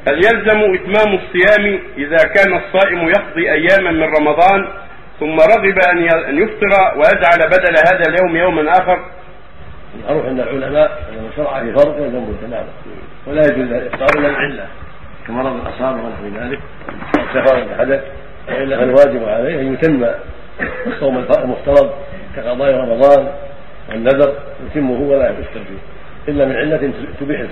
هل يلزم إتمام الصيام إذا كان الصائم يقضي أياما من رمضان ثم رغب أن يفطر ويجعل بدل هذا اليوم يوما آخر؟ معروف عند العلماء أن من شرع في فرض يلزمه تماما، ولا يجوز الإفطار إلا العلة كمرض الأعصاب ونحو ذلك أو سفر بحدث، وإلا فالواجب عليه أن يتم الصوم المفترض كقضاء رمضان والنذر يتمه ولا يفطر فيه إلا من علة تبيح